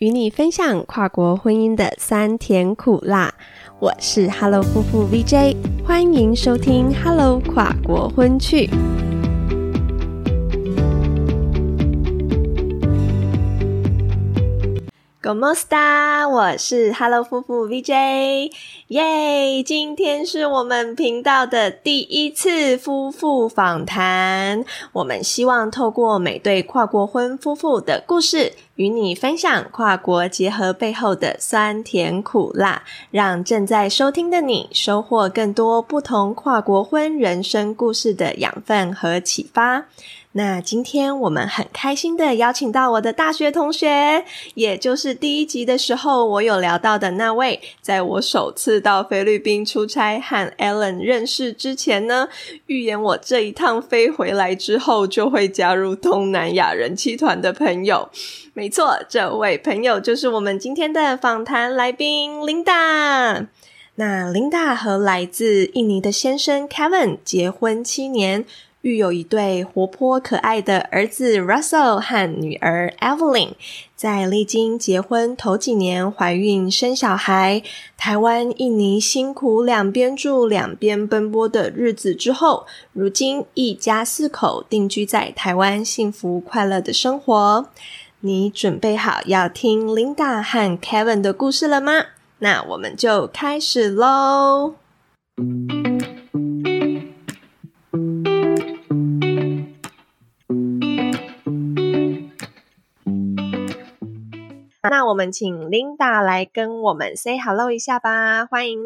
与你分享跨国婚姻的酸甜苦辣。我是 Hello 夫妇 VJ， 欢迎收听 Hello 跨国婚趣。¿Cómo está？ 我是 Hello 夫妇 VJ， 耶！今天是我们频道的第一次夫妇访谈，我们希望透过每对跨国婚夫妇的故事，与你分享跨国结合背后的酸甜苦辣，让正在收听的你收获更多不同跨国婚人生故事的养分和启发。那今天我们很开心的邀请到我的大学同学，也就是第一集的时候我有聊到的那位，在我首次到菲律宾出差和 Alan 认识之前呢，预言我这一趟飞回来之后就会加入东南亚人妻团的朋友。没错，这位朋友就是我们今天的访谈来宾 Linda。那 Linda 和来自印尼的先生 Kevin 结婚7年，育有一对活泼可爱的儿子 Russell 和女儿 Evelyn。 在历经结婚头几年怀孕生小孩，台湾印尼辛苦两边住两边奔波的日子之后，如今一家4口定居在台湾，幸福快乐的生活。你准备好要听 Linda 和 Kevin 的故事了吗？那我们就开始咯。那我们请 Linda 来跟我们 say hello 一下吧，欢迎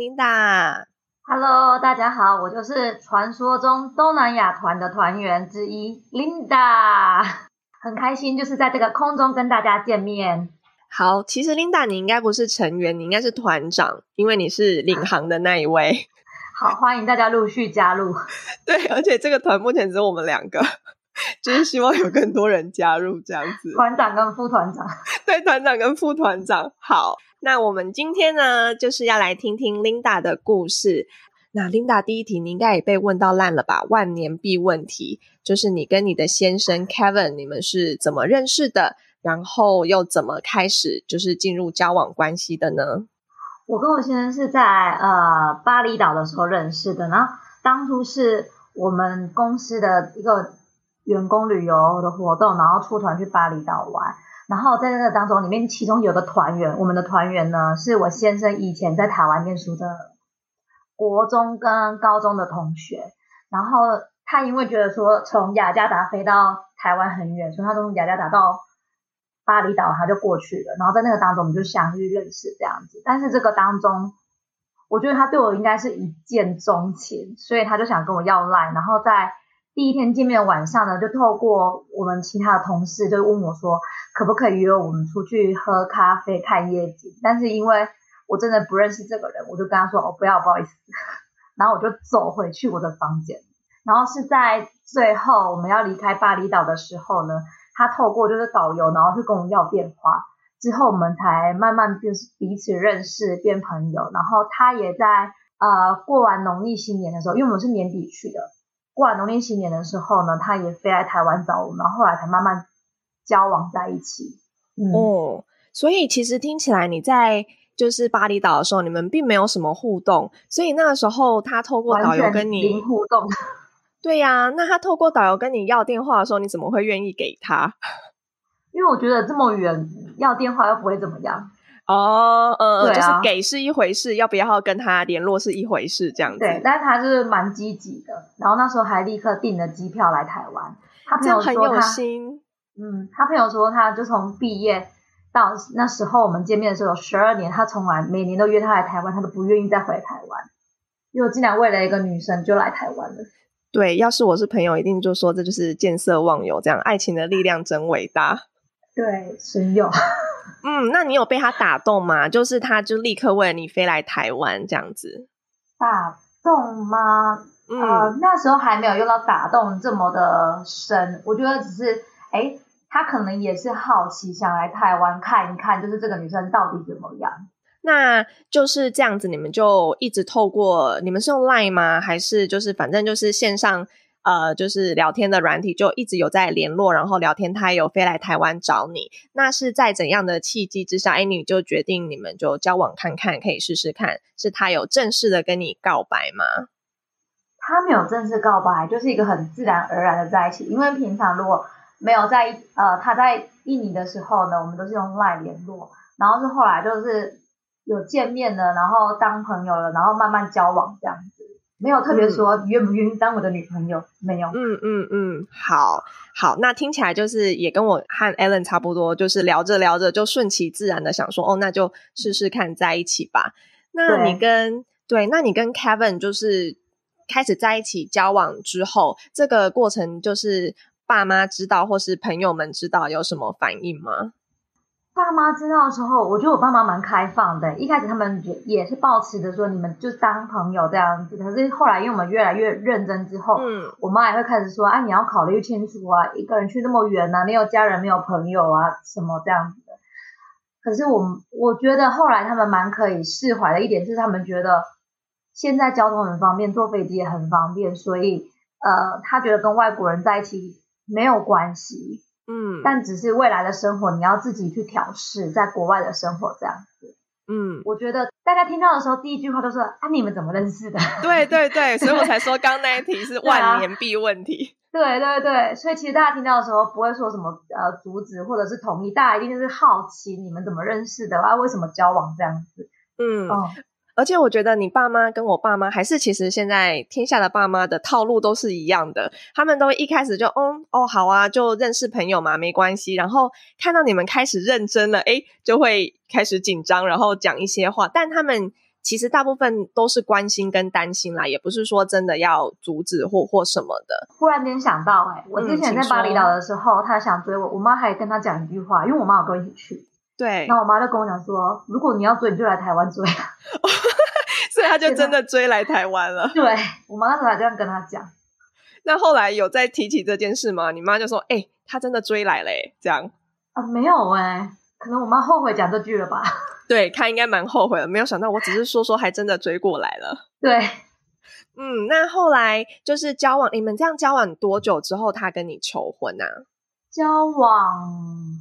Linda。Hello， 大家好，我就是传说中东南亚团的团员之一 Linda， 很开心就是在这个空中跟大家见面。 好，其实 Linda 你应该不是成员，你应该是团长，因为你是领航的那一位。 好，欢迎大家陆续加入。 对，而且这个团目前只有我们2个，就是希望有更多人加入这样子。 团长跟副团长。 对，团长跟副团长。好，那我们今天呢就是要来听听 Linda 的故事。那 Linda 第一题你应该也被问到烂了吧，万年必问题，就是你跟你的先生 Kevin 你们是怎么认识的，然后又怎么开始就是进入交往关系的呢？ 我跟我先生是在巴厘岛的时候认识的，然后当初是我们公司的一个员工旅游的活动，然后出团去巴厘岛玩，然后在那个当中里面其中有个团员，我们的团员呢是我先生以前在台湾念书的国中跟高中的同学，然后他因为觉得说从雅加达飞到台湾很远，所以他从雅加达到巴厘岛他就过去了，然后在那个当中我们就相遇认识这样子。但是这个当中我觉得他对我应该是一见钟情，所以他就想跟我要 LINE， 然后在第一天见面的晚上呢，就透过我们其他的同事就问我说可不可以约我们出去喝咖啡看夜景，但是因为我真的不认识这个人，我就跟他说不要，不好意思然后我就走回去我的房间。然后是在最后我们要离开巴厘岛的时候呢，他透过就是导游然后去跟我要电话，之后我们才慢慢彼此认识变朋友。然后他也在过完农历新年的时候，因为我们是年底去的，过完农历新年的时候呢，他也飞来台湾找我们，然后后来才慢慢交往在一起。 所以其实听起来你在就是巴厘岛的时候你们并没有什么互动，所以那个时候他透过导游跟你零互动。 对呀，那他透过导游跟你要电话的时候你怎么会愿意给他？ 因为我觉得这么远要电话又不会怎么样。 就是给是一回事，要不要跟他联络是一回事这样子。 对，但是他就是蛮积极的，然后那时候还立刻订了机票来台湾。他朋友说这样很有心。 他朋友说他就从毕业到那时候我们见面的时候有12年，他从来每年都约他来台湾，他都不愿意再回台湾，因为我竟然为了一个女生就来台湾了。 对，要是我是朋友一定就说这就是见色忘友，这样爱情的力量真伟大。 对，神有。 那你有被他打动吗？就是他就立刻为了你飞来台湾这样子。 打动吗？那时候还没有用到打动这么的深，我觉得只是他可能也是好奇想来台湾看一看，就是这个女生到底怎么样。 那就是这样子，你们就一直透过，你们是用 LINE 吗？还是就是反正就是线上就是聊天的软体就一直有在联络，然后聊天他也有飞来台湾找你，那是在怎样的契机之下你就决定你们就交往看看，可以试试看，是他有正式的跟你告白吗？ 他没有正式告白，就是一个很自然而然的在一起。因为平常如果没有在他在印尼的时候呢，我们都是用 LINE 联络，然后是后来就是有见面了，然后当朋友了，然后慢慢交往这样子，没有特别说愿不愿意当我的女朋友，没有。 好，那听起来就是也跟我和 Ellen 差不多，就是聊着聊着就顺其自然的想说那就试试看在一起吧。那你跟Kevin 就是开始在一起交往之后，这个过程就是爸妈知道或是朋友们知道有什么反应吗？ 爸妈知道的时候，我觉得我爸妈蛮开放的。一开始他们也是抱持着说你们就当朋友这样子，可是后来因为我们越来越认真之后，我妈也会开始说你要考虑清楚啊，一个人去那么远啊，没有家人没有朋友啊什么这样子的。可是我觉得后来他们蛮可以释怀的一点是，他们觉得现在交通很方便，坐飞机也很方便，所以他觉得跟外国人在一起没有关系。但只是未来的生活你要自己去调试在国外的生活这样子。我觉得大家听到的时候第一句话都说你们怎么认识的？ 对对对，所以我才说刚那一题是万年必问题。 对对对，所以其实大家听到的时候不会说什么阻止或者是同意，大家一定是好奇你们怎么认识的为什么交往这样子。 而且我觉得你爸妈跟我爸妈还是其实现在天下的爸妈的套路都是一样的，他们都一开始就好啊，就认识朋友嘛，没关系，然后看到你们开始认真了就会开始紧张，然后讲一些话，但他们其实大部分都是关心跟担心啦，也不是说真的要阻止或什么的。 忽然间想到我之前在巴厘岛的时候他想追我妈还跟他讲一句话，因为我妈有跟我一起去， 对， 然后我妈就跟我讲说如果你要追你就来台湾追所以他就真的追来台湾了。 对，我妈那时候还这样跟他讲。 那后来有再提起这件事吗？你妈就说他真的追来了这样没有可能我妈后悔讲这句了吧。 对，他应该蛮后悔的，没有想到我只是说还真的追过来了。 对。 那后来就是你们这样交往多久之后他跟你求婚啊？ 交往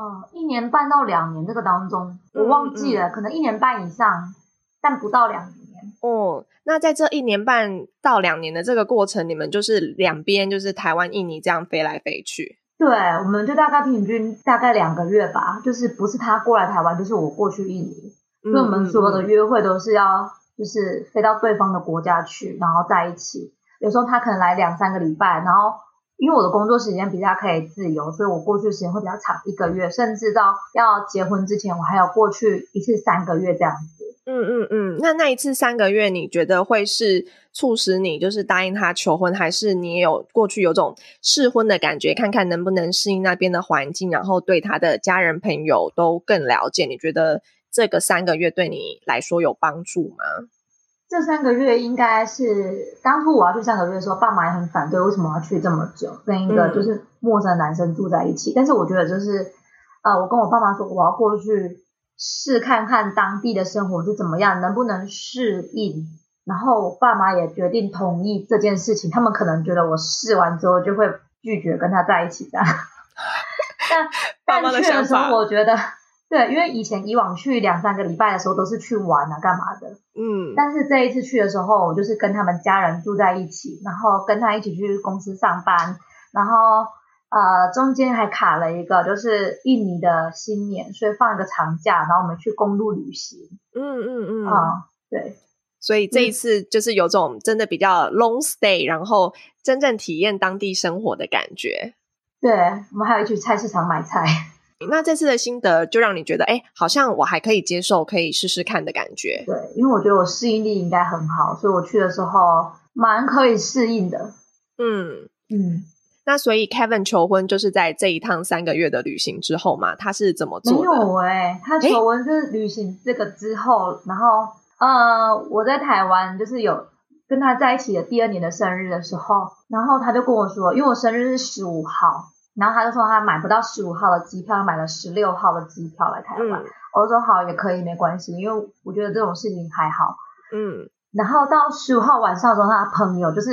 1年半到2年，这个当中我忘记了，可能1年半以上，但不到2年。 那在这1年半到2年的这个过程，你们就是两边就是台湾印尼这样飞来飞去？ 对，我们就大概平均大概2个月吧，就是不是他过来台湾就是我过去印尼，因为我们所有的约会都是要就是飞到对方的国家去，然后在一起。有时候他可能来2-3个礼拜，然后因为我的工作时间比较可以自由，所以我过去的时间会比较长，1个月，甚至到要结婚之前我还有过去一次3个月这样子。 那一次3个月你觉得会是促使你就是答应他求婚，还是你也有过去有种试婚的感觉，看看能不能适应那边的环境，然后对他的家人朋友都更了解？你觉得这个3个月对你来说有帮助吗？ 这3个月应该是当初我要去3个月的时候，爸妈也很反对为什么要去这么久跟一个就是陌生的男生住在一起。但是我觉得就是我跟我爸妈说我要过去试看看当地的生活是怎么样，能不能适应，然后我爸妈也决定同意这件事情。他们可能觉得我试完之后就会拒绝跟他在一起这样但去的时候我觉得对，因为以往去2-3个礼拜的时候都是去玩干嘛的。但是这一次去的时候我就是跟他们家人住在一起，然后跟他一起去公司上班，然后中间还卡了一个就是印尼的新年，所以放一个长假，然后我们去公路旅行。对， 所以这一次就是有种真的比较 long stay，然后真正体验当地生活的感觉。 对，我们还有一起去菜市场买菜。 那这次的心得就让你觉得好像我还可以接受，可以试试看的感觉。 对，因为我觉得我适应力应该很好，所以我去的时候蛮可以适应的。 那所以 Kevin 求婚就是在这一趟3个月的旅行之后嘛？他是怎么做的？ 没有他求婚是旅行这个之后，然后我在台湾就是有跟他在一起的第2年的生日的时候，然后他就跟我说，因为我生日是15号，然后他就说他买不到15号的机票，他买了16号的机票来台湾。我就说好，也可以，没关系，因为我觉得这种事情还好。然后到15号晚上的时候，他的朋友就是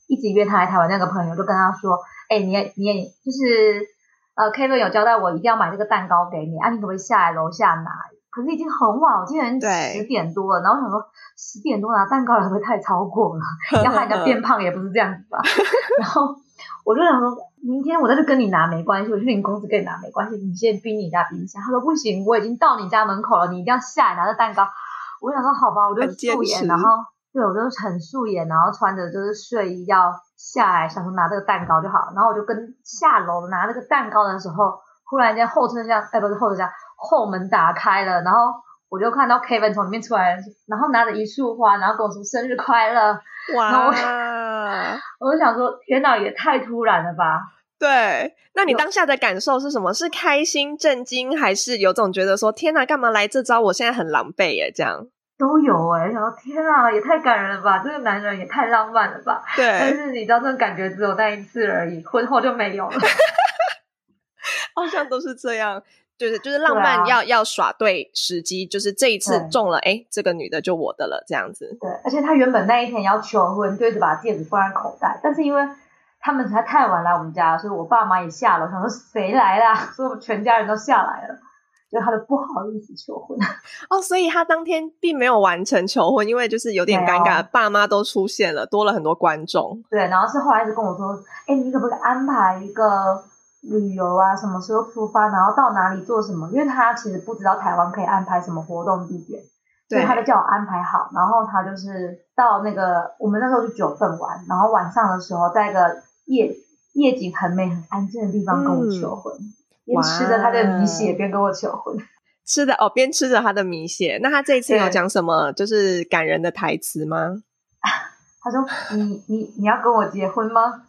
一直约他来台湾那个朋友就跟他说，你也就是Kevin 有交代我一定要买这个蛋糕给你啊，你可不可以下来楼下拿？可是已经很晚，我记得10点多了，然后我想说10点多拿蛋糕来会不会太超过了？要害人家变胖也不是这样子吧？然后我就想说，明天我再去跟你拿没关系，我去你公司跟你拿没关系，你先冰你家冰箱。他说不行，我已经到你家门口了，你一定要下来拿着蛋糕。我想说好吧，我就素颜，然后对我就很素颜，然后穿着就是睡衣要下来，想说拿这个蛋糕就好。然后我就跟下楼拿那个蛋糕的时候，忽然间后车厢，不是后车厢，后门打开了，然后我就看到 Kevin 从里面出来，然后拿着一束花，然后跟我说生日快乐。 哇！ 然后我就想说，天哪，也太突然了吧。 对，那你当下的感受是什么？是开心、震惊，还是有种觉得说天哪，干嘛来这招？我现在很狼狈耶，这样都有想说天啊，也太感人了吧！这个男人也太浪漫了吧！ 对， 但是你知道，这种感觉只有那一次而已，婚后就没有了。 好像都是这样，就是浪漫要耍对时机，就是这一次中了，这个女的就我的了，这样子。 对，而且他原本那一天要求婚，就一直把戒指放在口袋，但是因为他们实在太晚来我们家，所以我爸妈也下了，想说谁来啦？所以我们全家人都下来了，就他就不好意思求婚。 所以他当天并没有完成求婚，因为就是有点尴尬，爸妈都出现了，多了很多观众。 对，然后是后来一直跟我说，你可不可以安排一个旅游啊，什么时候出发，然后到哪里做什么？因为他其实不知道台湾可以安排什么活动地点，所以他就叫我安排好，然后他就是到那个我们那时候去九份玩，然后晚上的时候在一个夜景很美很安静的地方跟我求婚，边吃着他的米血边跟我求婚。 吃的边吃着他的米血。那他这一次有讲什么就是感人的台词吗？ 他说你要跟我结婚吗？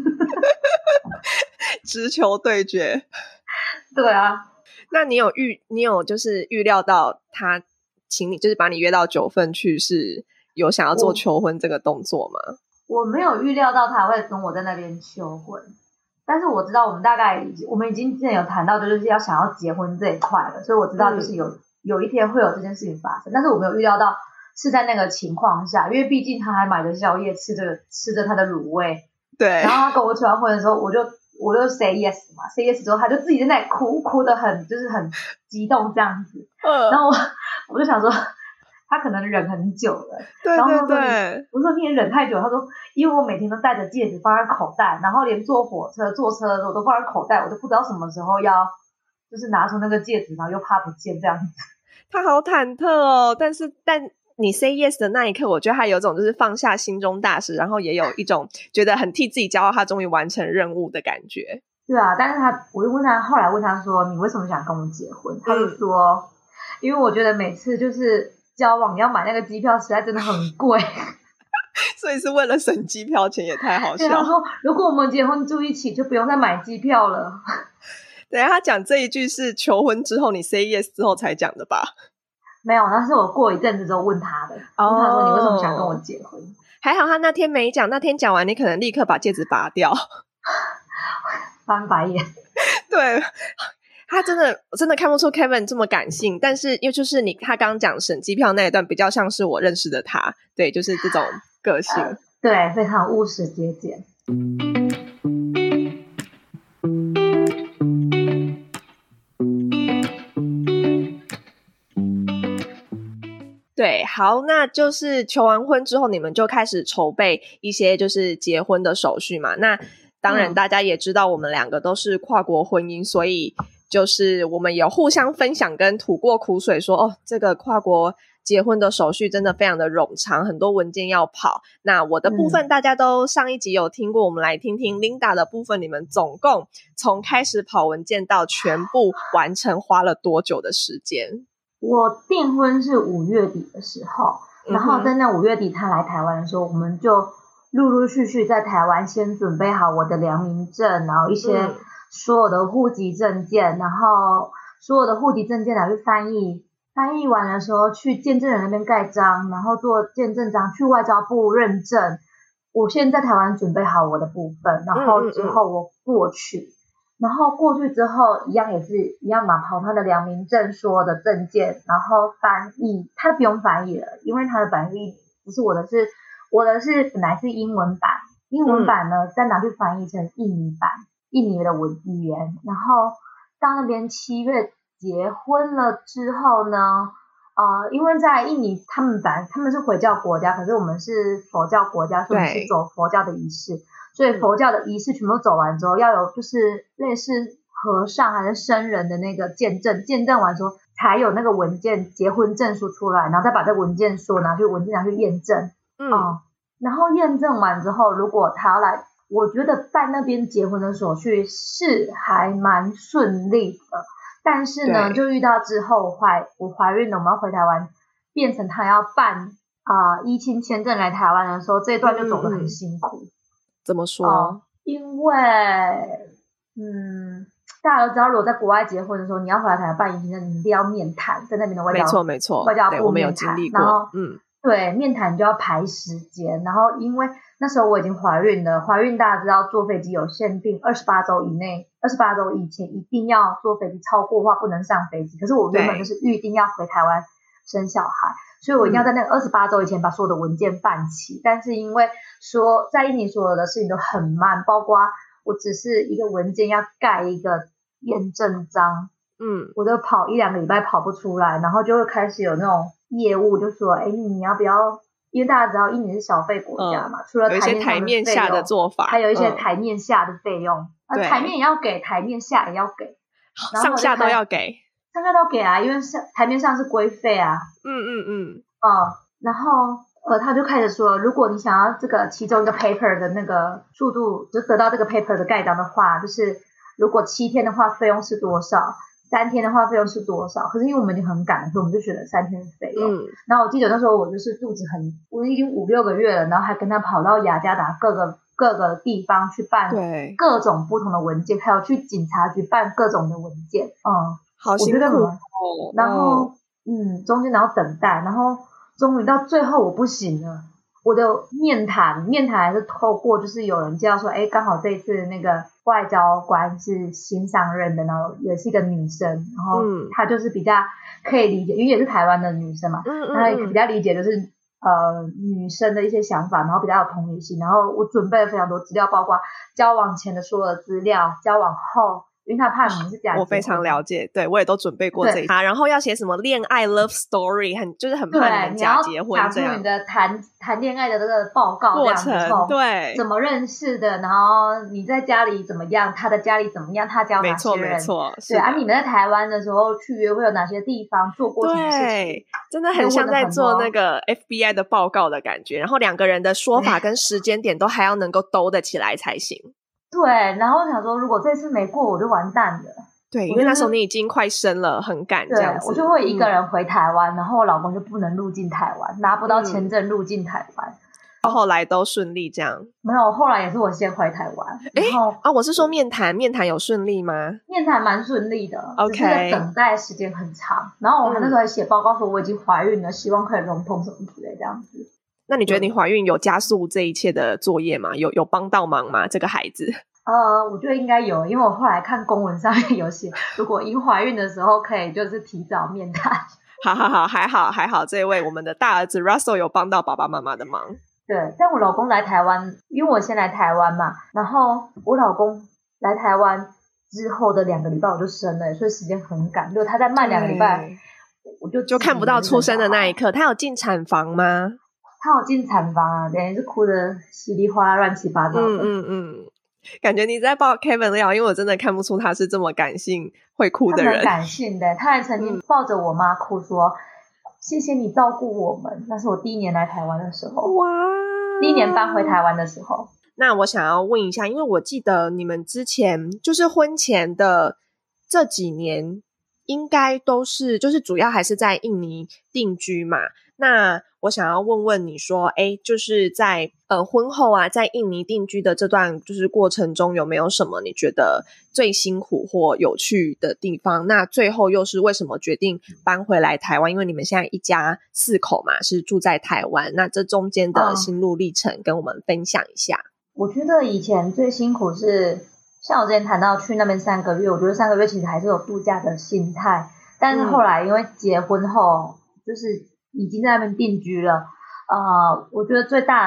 直球对决。 对啊。 那你有就是预料到他请你就是把你约到9份去是有想要做求婚这个动作吗？ 我没有预料到他会跟我在那边求婚，但是我知道我们已经之前有谈到就是要想要结婚这一块了，所以我知道就是有一天会有这件事情发生，但是我没有预料到是在那个情况下，因为毕竟他还买着宵夜吃着他的卤味。 对， 然后他跟我求完婚的时候，我就 say yes 嘛 ，say yes 之后他就自己在那里哭得很就是很激动这样子。然后我就想说他可能忍很久了。 对对对， 我说你也忍太久，他说因为我每天都戴着戒指放在口袋，然后连坐火车坐车的时候都放在口袋，我都不知道什么时候要就是拿出那个戒指，然后又怕不见这样子。 他好忐忑哦，但你 say yes 的那一刻，我觉得他有种就是放下心中大事，然后也有一种觉得很替自己骄傲，他终于完成任务的感觉。 对啊，但是我就后来问他说你为什么想跟我结婚？他就说因为我觉得每次就是交往要买那个机票实在真的很贵。 所以是为了省机票钱，也太好笑了。 他说如果我们结婚住一起就不用再买机票了。 对，他讲这一句是求婚之后你 say yes 之后才讲的吧？ 没有，那是我过一阵子之后问他的。问他说你为什么想跟我结婚？ 还好他那天没讲，那天讲完你可能立刻把戒指拔掉。 翻白眼。 对，他真的看不出 Kevin 这么感性，但是又就是他刚刚讲省机票那一段比较像是我认识的他。对，就是这种个性。 对，非常务实节俭。 对，好，那就是求完婚之后你们就开始筹备一些就是结婚的手续嘛。那当然大家也知道我们两个都是跨国婚姻，所以就是我们有互相分享跟吐过苦水说这个跨国结婚的手续真的非常的冗长，很多文件要跑。那我的部分大家都上一集有听过，我们来听听 Linda 的部分，你们总共从开始跑文件到全部完成花了多久的时间？ 我订婚是5月底的时候，然后在那5月底他来台湾的时候，我们就陆陆续续在台湾先准备好我的良民证，然后一些所有的户籍证件，然后所有的户籍证件拿去翻译完的时候去见证人那边盖章，然后做见证章去外交部认证。我先在台湾准备好我的部分，然后之后我过去。然后过去之后一样嘛，跑他的良民证所有的证件，然后翻译，他不用翻译了，因为他的翻译只是我的是本来是英文版， 英文版呢再拿去翻译成印尼版，印尼的语言。然后到那边7月结婚了之后呢，因为在印尼他们是回教国家，可是我们是佛教国家，所以我们是走佛教的仪式，所以佛教的仪式全部走完之后，要有就是类似和尚还是僧人的那个见证完之后，才有那个文件结婚证书出来，然后再把这个文件拿去验证。然后验证完之后，如果他要来，我觉得办那边结婚的手续是还蛮顺利的。但是呢，就遇到之后我怀孕了，我们要回台湾，变成他要办依亲签证来台湾的时候，这一段就走得很辛苦。 怎么说？ 因为大家都知道，如果在国外结婚的时候，你要回来台湾办依亲证，你一定要面谈，在那边的外交没错， 外交部我们有经历过。 然后对，面谈就要排时间，然后因为那时候我已经怀孕了，怀孕大家知道坐飞机有限定28周以内，28周以前一定要坐飞机，超过的话不能上飞机。可是我原本就是预定要回台湾生小孩，所以我一定要在那个28周以前把所有的文件办齐。但是因为说在印尼所有的事情都很慢，包括我只是一个文件要盖一个验证章，我就跑1-2个礼拜跑不出来，然后就会开始有那种业务就说，你要不要？因为大家知道印尼是小费国家嘛，除了有一些台面下的做法， 还有一些台面下的费用，台面也要给，台面下也要给， 上下都要给， 上下都给啊，因为台面上是规费啊。然后他就开始说，如果你想要这个其中一个 paper 的那个速度，就得到这个 paper 的盖章的话，就是如果7天的话费用是多少，3天的话费用是多少？可是因为我们已经很赶，所以我们就选了3天的费用。然后我记得那时候我就是肚子我已经5-6个月了，然后还跟他跑到雅加达各个地方去办各种不同的文件，还有去警察局办各种的文件。 好辛苦哦。 然后中间然后等待，然后终于到最后我不行了。我的面谈还是透过就是有人介绍说，刚好这一次那个外交官是新上任的，然后也是一个女生，然后她就是比较可以理解，因为也是台湾的女生嘛，她比较理解就是女生的一些想法，然后比较有同理心。然后我准备了非常多资料，包括交往前的所有的资料，交往后。因为他怕你们是假结婚， 我非常了解，对我也都准备过这一趴，然后要写什么恋爱 love story， 就是很怕你们假结婚这样。 你的谈恋爱的这个报告过程，对， 怎么认识的，然后你在家里怎么样，他的家里怎么样，他教哪些人， 没错， 对你们在台湾的时候去约会有哪些地方做过什么事情， 对，真的很像在做那个 FBI 的报告的感觉，然后2个人的说法跟时间点都还要能够兜得起来才行。 对，然后我想说，如果这次没过，我就完蛋了。 对，因为那时候你已经快生了，很赶这样子。 我就会一个人回台湾，然后我老公就不能入境台湾，拿不到签证入境台湾。 后来都顺利这样？ 没有，后来也是我先回台湾。然后我是说面谈有顺利吗？ 面谈蛮顺利的 ，OK， 只是等待时间很长。然后我那时候还写报告说我已经怀孕了，希望可以融通什么之类这样子。 那你觉得你怀孕有加速这一切的作业吗？有帮到忙吗？这个孩子？ 我觉得应该有，因为我后来看公文上面有写，如果因怀孕的时候可以就是提早面谈。 好，还好，这位我们的大儿子 Russell 有帮到爸爸妈妈的忙。 对，但我老公来台湾，因为我先来台湾嘛，然后我老公来台湾之后的2个礼拜我就生了，所以时间很赶。如果他再慢2个礼拜，我就看不到出生的那一刻。他有进产房吗？ 他有进产房啊，等于是哭得稀里哗啦乱七八糟的。 感觉你在爆 Kevin 料，因为我真的看不出他是这么感性会哭的人。他很感性的，他还曾经抱着我妈哭说，谢谢你照顾我们。那是我第1年来台湾的时候。 哇， 第1年搬回台湾的时候。 那我想要问一下，因为我记得你们之前就是婚前的这几年应该都是就是主要还是在印尼定居嘛，那我想要问问你说，就是在婚后啊，在印尼定居的这段就是过程中，有没有什么你觉得最辛苦或有趣的地方？那最后又是为什么决定搬回来台湾？因为你们现在一家4口嘛，是住在台湾，那这中间的心路历程跟我们分享一下。 我觉得以前最辛苦是像我之前谈到去那边3个月，我觉得3个月其实还是有度假的心态，但是后来因为结婚后就是已经在那边定居了，我觉得最大的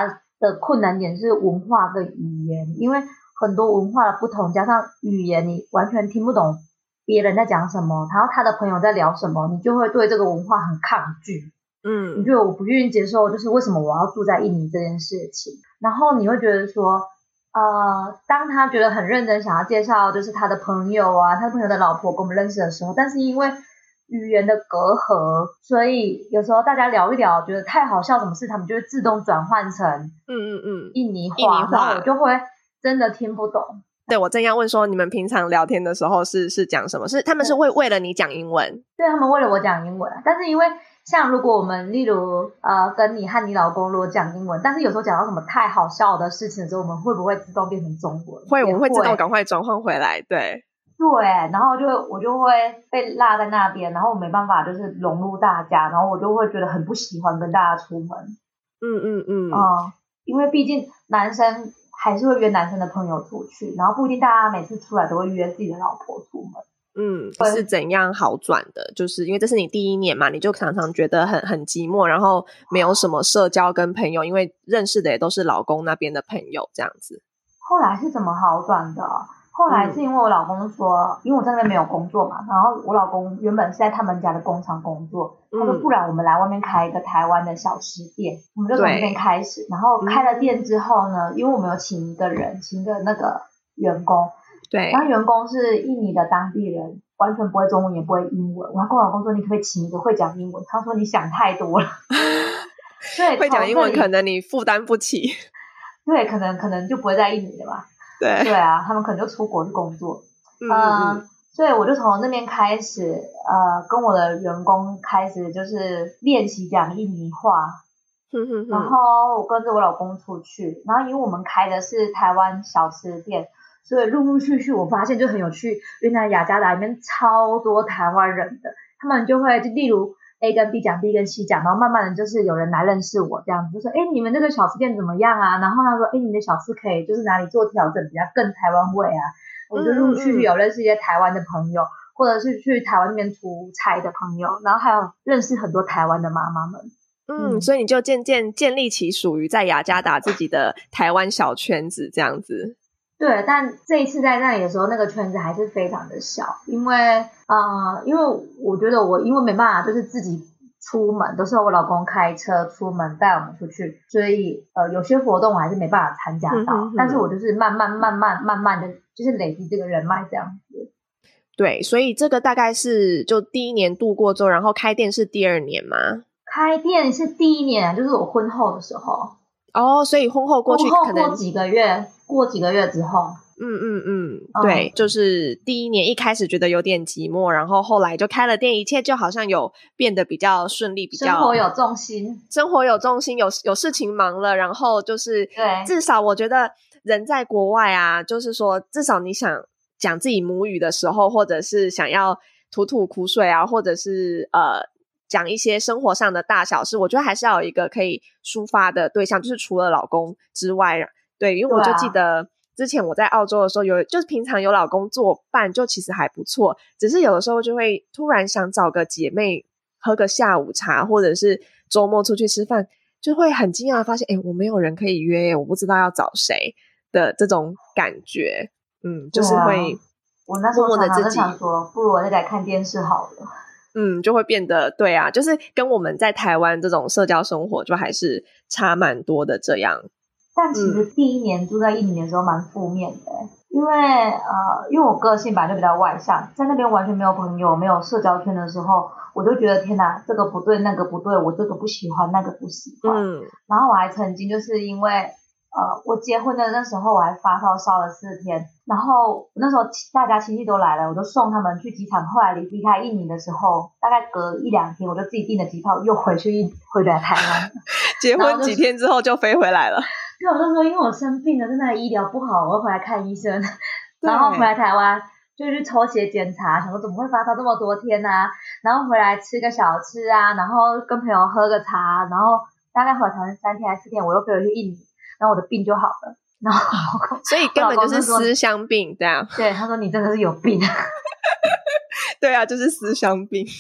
的困难点是文化跟语言，因为很多文化的不同，加上语言你完全听不懂别人在讲什么，然后他的朋友在聊什么，你就会对这个文化很抗拒。你觉得我不愿意接受，就是为什么我要住在印尼这件事情。然后你会觉得说当他觉得很认真想要介绍就是他的朋友啊，他朋友的老婆跟我们认识的时候，但是因为语言的隔阂，所以有时候大家聊一聊觉得太好笑什么事，他们就会自动转换成印尼话，然后我就会真的听不懂。 对，我正要问说你们平常聊天的时候是讲什么，是他们是会为了你讲英文？ 对，他们为了我讲英文，但是因为像如果我们例如跟你和你老公如果讲英文，但是有时候讲到什么太好笑的事情的时候，我们会不会自动变成中文？ 会，我们会自动赶快转换回来。对， 然后我就会被落在那边，然后我没办法就是融入大家，然后我就会觉得很不喜欢跟大家出门。因为毕竟男生还是会约男生的朋友出去，然后不一定大家每次出来都会约自己的老婆出门。 是怎样好转的？就是因为这是你第一年嘛，你就常常觉得很寂寞，然后没有什么社交跟朋友，因为认识的也都是老公那边的朋友这样子。 后来是怎么好转的？后来是因为我老公说，因为我在那边没有工作嘛，然后我老公原本是在他们家的工厂工作，他说不然我们来外面开一个台湾的小吃店，我们就从这边开始。然后开了店之后呢，因为我们有请一个那个员工， 对， 然后员工是印尼的当地人，完全不会中文也不会英文。我还跟我老公说，你可不可以请一个会讲英文？他说你想太多了。对， 会讲英文可能你负担不起。 对，可能就不会在印尼了吧。对啊，他们可能就出国去工作。所以我就从那边开始跟我的员工开始就是练习讲印尼话。然后我跟着我老公出去，然后因为我们开的是台湾小吃店，所以陆陆续续我发现就很有趣，原来雅加达里面超多台湾人的，他们就会就例如 A 跟 B 讲 B 跟 C 讲，然后慢慢的就是有人来认识我这样子，就说你们这个小吃店怎么样啊？然后他说你的小吃可以就是哪里做调整比较更台湾味啊。我就陆陆续续有认识一些台湾的朋友，或者是去台湾那边出差的朋友，然后还有认识很多台湾的妈妈们。 所以你就渐渐建立起属于在雅加达自己的台湾小圈子这样子。 对，但这一次在那里的时候，那个圈子还是非常的小，因为我觉得我因为没办法就是自己出门，都是我老公开车出门带我们出去，所以有些活动我还是没办法参加到。但是我就是慢慢的就是累积这个人脉这样子。 对，所以这个大概是就第一年度过之后，然后开店是第二年吗？开店是第一年，就是我婚后的时候。 所以婚后过去可能过几个月之后。 对，就是第一年一开始觉得有点寂寞，然后后来就开了店，一切就好像有变得比较顺利，比较生活有重心， 有事情忙了，然后就是对， 至少我觉得人在国外啊，就是说至少你想讲自己母语的时候，或者是想要吐吐苦水啊，或者是讲一些生活上的大小事，我觉得还是要有一个可以抒发的对象，就是除了老公之外。对，因为我就记得之前我在澳洲的时候就是平常有老公作伴就其实还不错，只是有的时候就会突然想找个姐妹喝个下午茶，或者是周末出去吃饭，就会很惊讶的发现我没有人可以约，我不知道要找谁的这种感觉。就是会我那时候常常想说不如我再来看电视好了。 就会变得对啊，就是跟我们在台湾这种社交生活就还是差蛮多的这样。 但其实第一年住在印尼的时候蛮负面的，因为我个性本来就比较外向，在那边完全没有朋友没有社交圈的时候，我就觉得天哪，这个不对那个不对，我这个不喜欢那个不喜欢。然后我还曾经就是因为我结婚的那时候我还发烧了4天，然后那时候大家亲戚都来了，我就送他们去机场，后来离开印尼的时候大概隔1-2天我就自己订了机票又回来台湾。 结婚几天之后就飞回来了。 对，我就说因为我生病了，真的医疗不好，我要回来看医生。然后回来台湾就去抽血检查，想说怎么会发烧这么多天啊，然后回来吃个小吃啊，然后跟朋友喝个茶，然后大概回台湾3天还4天我又飞回去印尼，然后我的病就好了。然后所以根本就是思乡病这样。 对，他说你真的是有病。 对啊，就是思乡病。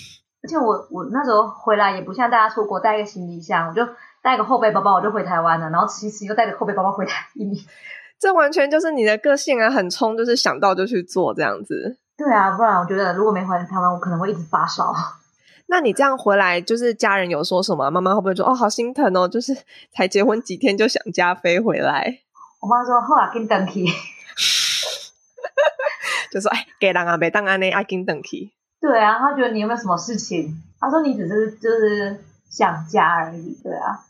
而且我那时候回来也不像大家出国带一个行李箱，我就带个后背包包我就回台湾了，然后其实又带着后背包包回印尼。 这完全就是你的个性啊，很冲，就是想到就去做这样子。 对啊，不然我觉得如果没回台湾我可能会一直发烧。 那你这样回来就是家人有说什么？妈妈会不会说好心疼哦，就是才结婚几天就想家飞回来？ 我妈说好啊，紧回去。 就说给人啊，别当安呢，爱紧回去。 对啊，她觉得你有没有什么事情？她说你只是就是想家而已。对啊。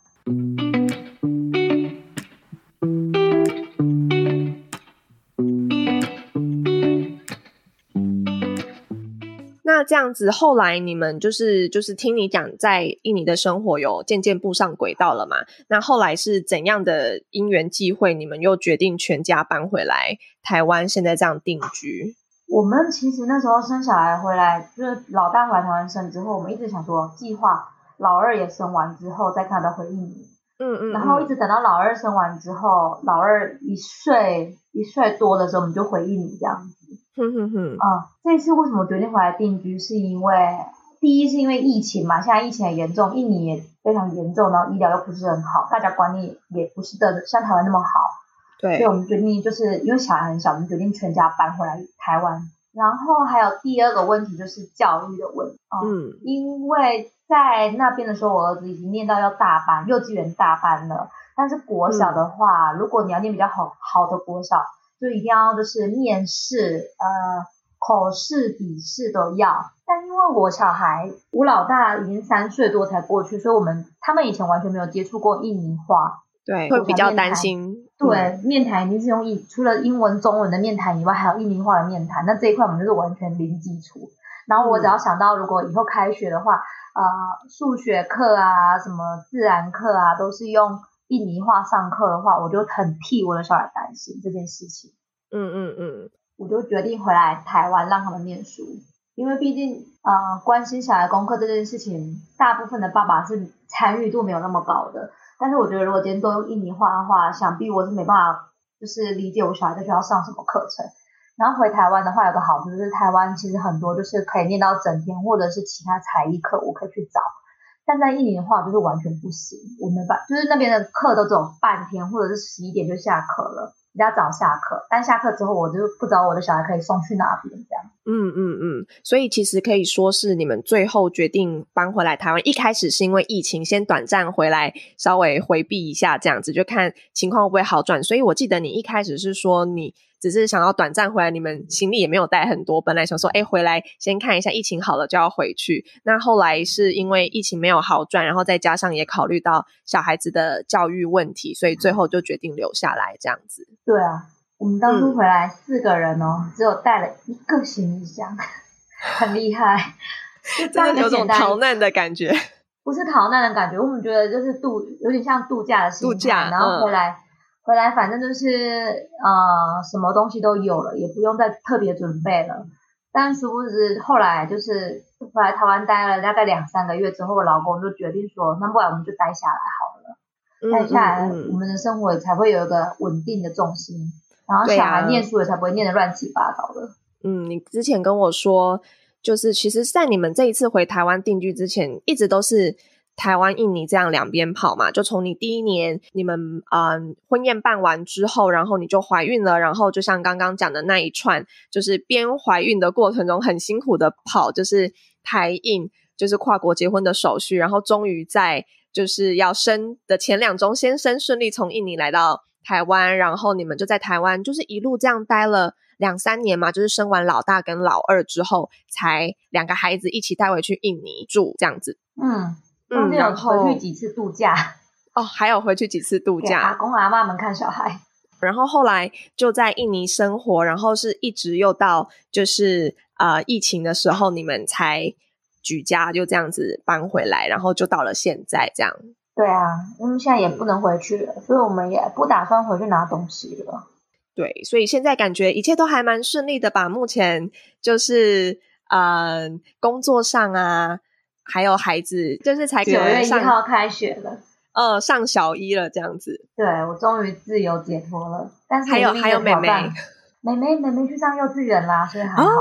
那这样子后来你们就是听你讲在印尼的生活有渐渐步上轨道了嘛？那后来是怎样的因缘际会你们又决定全家搬回来台湾，现在这样定居？ 我们其实那时候生小孩回来，就是老大回来台湾生之后，我们一直想说计划老二也生完之后再看要不要回印尼。然后一直等到老二生完之后，老二1岁多的时候，我们就回印尼这样子。这次为什么决定回来定居，是因为第一是因为疫情嘛，现在疫情很严重，印尼也非常严重，然后医疗又不是很好，大家观念也不是的像台湾那么好。 对， 所以我们决定就是因为小孩很小，我们决定全家搬回来台湾。然后还有第二个问题就是教育的问题。因为在那边的时候，我儿子已经念到要大班，幼稚园大班了。但是国小的话，如果你要念比较好的国小，就一定要就是面试、口试、笔试都要。但因为我老大已经3岁多才过去，所以他们以前完全没有接触过印尼话。 对，会比较担心。 对，面谈一定是用除了英文、中文的面谈以外，还有印尼话的面谈。那这一块我们就是完全零基础。然后我只要想到，如果以后开学的话，数学课啊、什么自然课啊，都是用印尼话上课的话，我就很替我的小孩担心这件事情。我就决定回来台湾让他们念书，因为毕竟关心小孩功课这件事情，大部分的爸爸是参与度没有那么高的。但是我觉得如果今天都用印尼话的话，想必我是没办法就是理解我小孩在学校上什么课程。然后回台湾的话有个好处就是台湾其实很多就是可以念到整天，或者是其他才艺课我可以去找。但在印尼的话就是完全不行，我没办法，就是那边的课都只有半天，或者是11点就下课了，比较早下课。但下课之后我就不知道我的小孩可以送去哪边这样。 所以其实可以说是你们最后决定搬回来台湾，一开始是因为疫情先短暂回来稍微回避一下这样子，就看情况会不会好转。所以我记得你一开始是说你只是想要短暂回来，你们行李也没有带很多，本来想说回来先看一下疫情好了就要回去。那后来是因为疫情没有好转，然后再加上也考虑到小孩子的教育问题，所以最后就决定留下来这样子。 对啊，我们当初回来4个人只有带了1个行李箱，很厉害， 真的有种逃难的感觉。 不是逃难的感觉，我们觉得就是有点像度假的心态，然后回来反正就是什么东西都有了，也不用再特别准备了。但殊不知后来就是回来台湾待了大概2-3个月之后，我老公就决定说那不然我们就待下来好了，待下来我们的生活也才会有一个稳定的重心，然后小孩念书也才不会念得乱七八糟的。 你之前跟我说就是其实在你们这一次回台湾定居之前一直都是台湾印尼这样两边跑嘛，就从你第1年你们婚宴办完之后，然后你就怀孕了，然后就像刚刚讲的那一串，就是边怀孕的过程中很辛苦的跑，就是台印就是跨国结婚的手续，然后终于在就是要生的前2周先生顺利从印尼来到台湾，然后你们就在台湾就是一路这样待了2-3年嘛，就是生完老大跟老二之后才2个孩子一起带回去印尼住这样子。 然后回去几次度假还有回去几次度假， 给阿公阿嬷们看小孩。 然后后来就在印尼生活，然后是一直又到就是疫情的时候你们才举家就这样子搬回来，然后就到了现在这样。 对啊，因为现在也不能回去了，所以我们也不打算回去拿东西了。 对，所以现在感觉一切都还蛮顺利的吧，目前就是工作上啊还有孩子就是才9 月1号开学了， 上小1了这样子。 对，我终于自由解脱了。但是还有妹妹妹妹去上幼稚园啦，所以还好。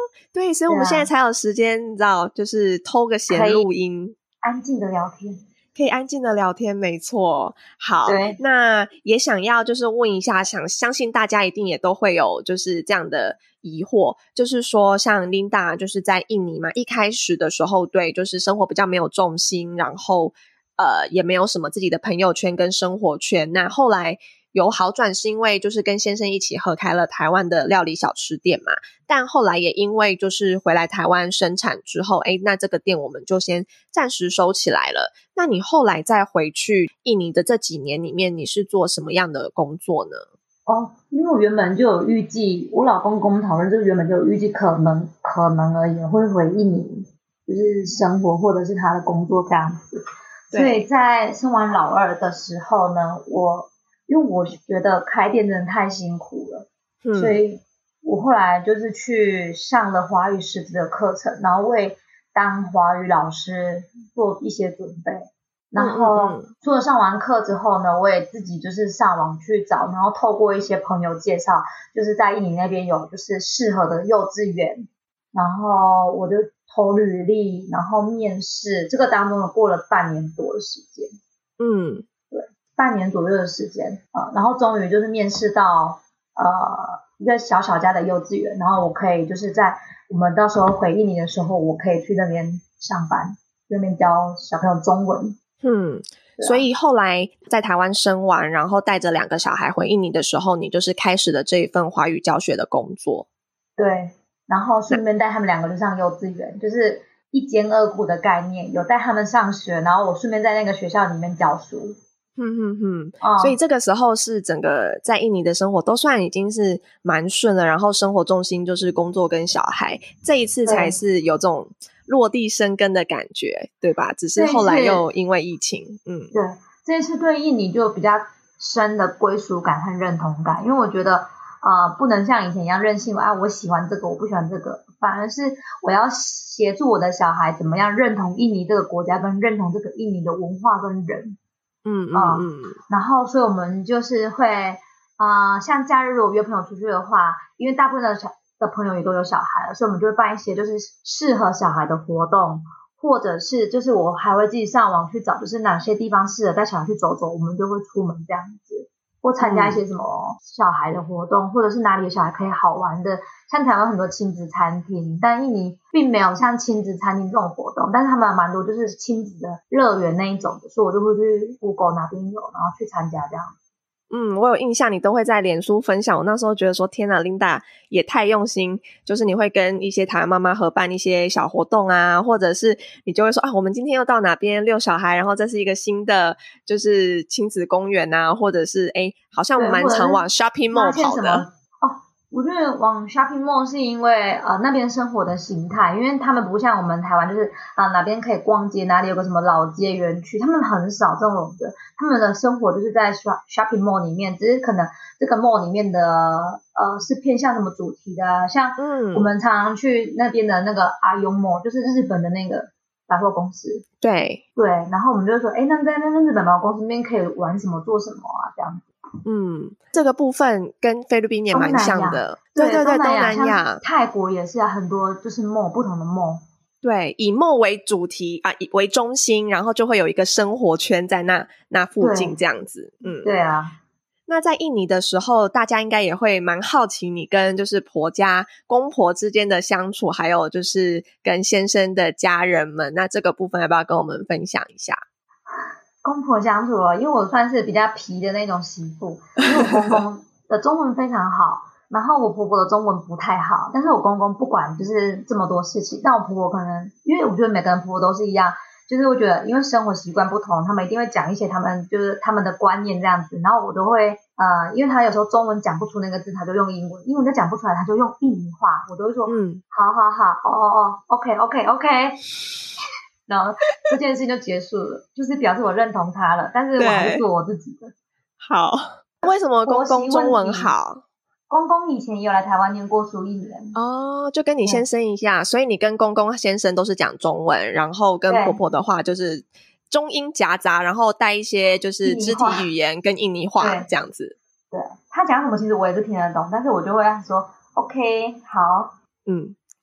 对，所以我们现在才有时间，你知道，就是偷个闲录音， 安静的聊天。 可以安静的聊天，没错。好，那也想要就是问一下，相信大家一定也都会有就是这样的疑惑，就是说像 Linda 就是在印尼嘛，一开始的时候对就是生活比较没有重心，然后也没有什么自己的朋友圈跟生活圈，那后来有好转是因为就是跟先生一起合开了台湾的料理小吃店嘛，但后来也因为就是回来台湾生产之后，那这个店我们就先暂时收起来了。那你后来再回去印尼的这几年里面，你是做什么样的工作呢？ 因为我原本就有预计，我老公跟我们讨论，就是原本就有预计可能而言会回印尼，就是生活或者是他的工作这样子。所以在生完老二的时候呢，因为我觉得开店真的太辛苦了，所以我后来就是去上了华语师资的课程，然后为当华语老师做一些准备。然后除了上完课之后呢，我也自己就是上网去找，然后透过一些朋友介绍，就是在印尼那边有就是适合的幼稚园，然后我就投履历，然后面试，这个当中过了半年多的时间。对，半年左右的时间然后终于就是面试到一个小家的幼稚园，然后我可以就是在我们到时候回印尼的时候，我可以去那边上班，那边教小朋友中文。 所以后来在台湾生完，然后带着2个小孩回印尼的时候，你就是开始了这一份华语教学的工作。 对，然后顺便带他们2个去上幼稚园，就是一兼2顾的概念，有带他们上学，然后我顺便在那个学校里面教书。 所以这个时候是整个在印尼的生活都算已经是蛮顺了，然后生活重心就是工作跟小孩，这一次才是有这种落地生根的感觉，对吧？只是后来又因为疫情。 对，这次对印尼就比较深的归属感和认同感，因为我觉得不能像以前一样任性我喜欢这个我不喜欢这个，反而是我要协助我的小孩怎么样认同印尼这个国家，跟认同这个印尼的文化跟人。然后所以我们就是会像假日如果约朋友出去的话，因为大部分的朋友也都有小孩了，所以我们就会办一些就是适合小孩的活动，或者是就是我还会自己上网去找就是哪些地方适合带小孩去走走，我们就会出门这样子，或参加一些什么小孩的活动，或者是哪里有小孩可以好玩的，像台湾很多亲子餐厅，但印尼并没有像亲子餐厅这种活动，但是他们有蛮多就是亲子的乐园那一种的，所以我就会去 Google 哪边有，然后去参加这样。 我有印象你都会在脸书分享，我那时候觉得说天哪 Linda 也太用心，就是你会跟一些台湾妈妈合办一些小活动啊，或者是你就会说我们今天又到哪边遛小孩，然后这是一个新的就是亲子公园啊，或者是好像蛮常往 shopping mall 跑的。 我觉得往 shopping mall 是因为那边生活的形态，因为他们不像我们台湾就是哪边可以逛街，哪里有个什么老街园区，他们很少这种的，他们的生活就是在 shopping mall 里面，只是可能这个 mall 里面的是偏向什么主题的像我们常常去那边的那个阿勇 mall， 就是日本的那个百货公司。 对， 然后我们就说那在那日本百货公司里面可以玩什么做什么这样子。 这个部分跟菲律宾也蛮像的。对，东南亚泰国也是很多就是 mall 不同的 mall。 对，以 mall 为主题为中心，然后就会有一个生活圈在那附近这样子。 对啊。 那在印尼的时候，大家应该也会蛮好奇你跟就是公婆之间的相处，还有就是跟先生的家人们，那这个部分要不要跟我们分享一下？ 公婆相处因为我算是比较皮的那种媳妇，因为我公公的中文非常好，然后我婆婆的中文不太好，但是我公公不管就是这么多事情，但我婆婆可能因为我觉得每个人婆婆都是一样，就是我觉得因为生活习惯不同，他们一定会讲一些他们的观念这样子，然后我都会因为他有时候中文讲不出那个字，他就用英文再讲不出来他就用印尼话，我都会说好OK然后这件事情就结束了，就是表示我认同他了，但是我还是做我自己的。 好，为什么公公中文好？ 公公以前也有来台湾念过书1年。 就跟你先生一下，所以你跟公公先生都是讲中文，然后跟婆婆的话就是中英夹杂，然后带一些就是肢体语言跟印尼话这样子。 对，他讲什么其实我也是听得懂，但是我就会说 OK 好。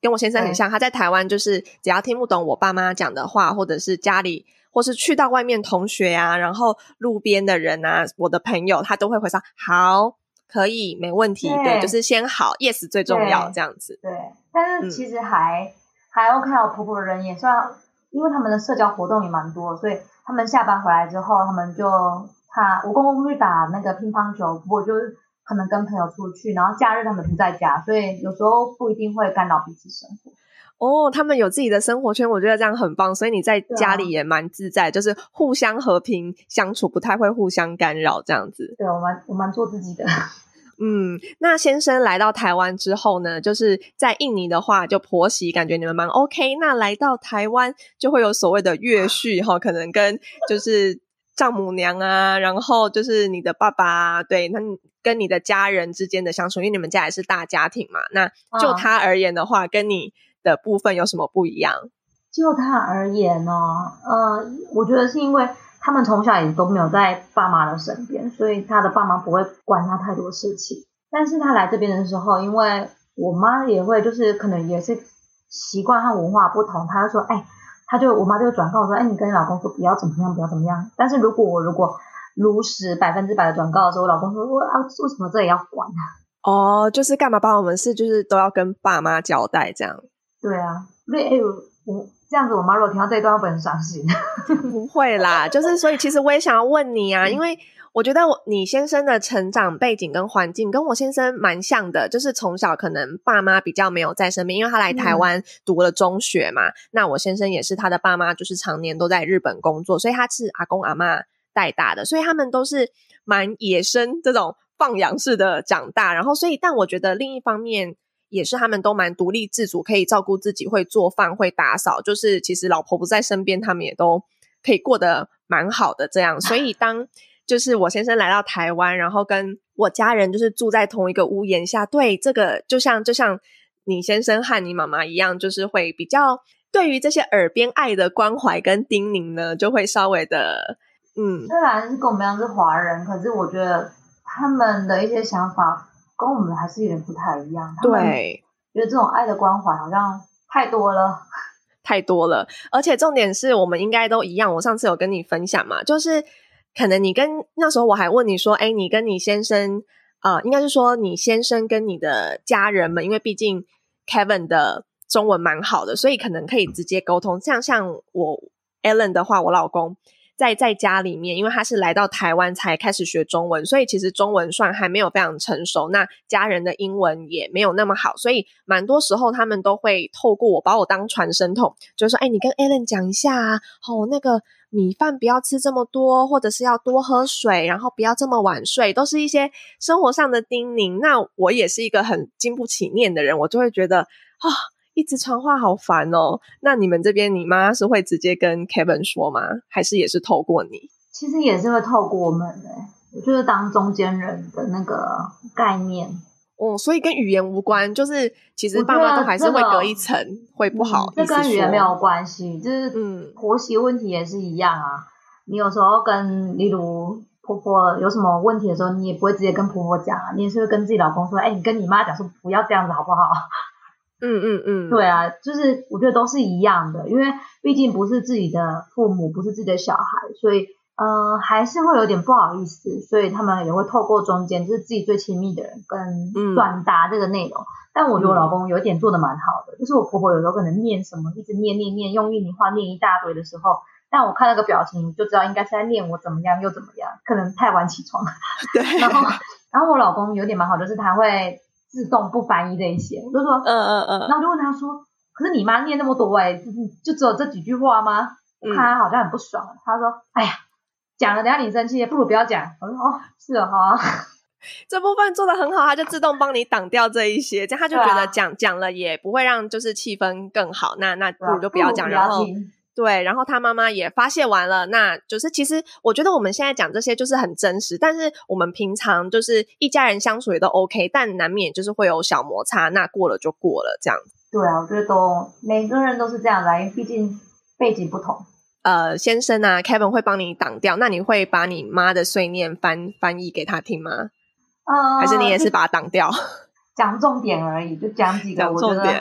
跟我先生很像，他在台湾就是只要听不懂我爸妈讲的话，或者是家里或是去到外面同学啊，然后路边的人啊，我的朋友，他都会回上好，可以，没问题，对，就是先好 yes 最重要这样子。 对，但是其实还 OK 啊，我婆婆的人也算，因为他们的社交活动也蛮多，所以他们下班回来之后，他们就我公公去打那个乒乓球，我就可能跟朋友出去，然后假日他们不在家，所以有时候不一定会干扰彼此生活。 哦，他们有自己的生活圈，我觉得这样很棒，所以你在家里也蛮自在，就是互相和平相处，不太会互相干扰这样子。 对，我蛮做自己的。 那先生来到台湾之后呢，就是在印尼的话就婆媳感觉你们蛮 OK， 那来到台湾就会有所谓的岳婿可能跟就是丈母娘啊，然后就是你的爸爸啊，对，那跟你的家人之间的相处，因为你们家也是大家庭嘛，那就他而言的话，跟你的部分有什么不一样？ 就他而言呢，我觉得是因为他们从小也都没有在爸妈的身边，所以他的爸妈不会管他太多事情。但是他来这边的时候，因为我妈也会就是可能也是习惯和文化不同，他就说我妈就转告说你跟你老公说不要怎么样不要怎么样。但是如果如实100%的转告的时候，我老公说为什么这也要管啊？就是干嘛把我们事就是都要跟爸妈交代这样？ 对啊，所以我这样子，我妈如果听到这一段会很伤心。 不会啦，就是所以其实我也想要问你啊，因为我觉得你先生的成长背景跟环境跟我先生蛮像的，就是从小可能爸妈比较没有在身边，因为他来台湾读了中学嘛，那我先生也是他的爸妈就是常年都在日本工作，所以他是阿公阿嬷带大的，所以他们都是蛮野生这种放养式的长大，然后所以但我觉得另一方面也是他们都蛮独立自主，可以照顾自己，会做饭会打扫，就是其实老婆不在身边他们也都可以过得蛮好的这样。所以当就是我先生来到台湾，然后跟我家人就是住在同一个屋檐下，对，这个就像你先生和你妈妈一样，就是会比较对于这些耳边爱的关怀跟叮咛呢，就会稍微的虽然是跟我们一样是华人，可是我觉得他们的一些想法跟我们还是有点不太一样。 对， 觉得这种爱的关怀好像太多了， 而且重点是我们应该都一样。我上次有跟你分享嘛，就是可能你跟那时候我还问你说，你跟你先生应该是说你先生跟你的家人们，因为毕竟 Kevin 的中文蛮好的，所以可能可以直接沟通。像我 Alan 的话，我老公在家里面，因为他是来到台湾才开始学中文，所以其实中文算还没有非常成熟，那家人的英文也没有那么好，所以蛮多时候他们都会透过我把我当传声筒，就是说你跟 Alan 讲一下啊，那个米饭不要吃这么多，或者是要多喝水，然后不要这么晚睡，都是一些生活上的叮咛。那我也是一个很经不起念的人，我就会觉得一直传话好烦哦。那你们这边你妈是会直接跟 Kevin 说吗？还是也是透过你？ 其实也是会透过我们我就是当中间人的那个概念。 所以跟语言无关，就是其实爸妈都还是会隔一层，会不好意思说。 这跟语言没有关系，就是婆媳问题也是一样啊。你有时候例如婆婆有什么问题的时候，你也不会直接跟婆婆讲啊，你也是会跟自己老公说，你跟你妈讲说不要这样子好不好？对啊，就是我觉得都是一样的，因为毕竟不是自己的父母，不是自己的小孩，所以还是会有点不好意思，所以他们也会透过中间就是自己最亲密的人跟转达这个内容。但我觉得我老公有一点做得蛮好的，就是我婆婆有时候可能念什么一直念用印尼话念一大堆的时候，但我看那个表情就知道应该是在念我怎么样又怎么样，可能太晚起床。 对， 然后我老公有点蛮好，就是他会自动不翻译这一些，我就说然后我就问他说，可是你妈念那么多就只有这几句话吗？我看他好像很不爽，他说哎呀讲了等下你生气，不如不要讲。我说是好啊。 这部分做得很好，他就自动帮你挡掉这一些，这样他就觉得讲了也不会让就是气氛更好，那不如就不要讲。然后对，然后他妈妈也发泄完了，那就是其实我觉得我们现在讲这些就是很真实，但是我们平常就是一家人相处也都 OK， 但难免就是会有小摩擦，那过了就过了这样。 对啊，我觉得每个人都是这样的，因为毕竟背景不同。 先生啊 Kevin 会帮你挡掉，那你会把你妈的碎念翻译给他听吗？还是你也是把它挡掉？ 讲重点而已，就讲几个我觉得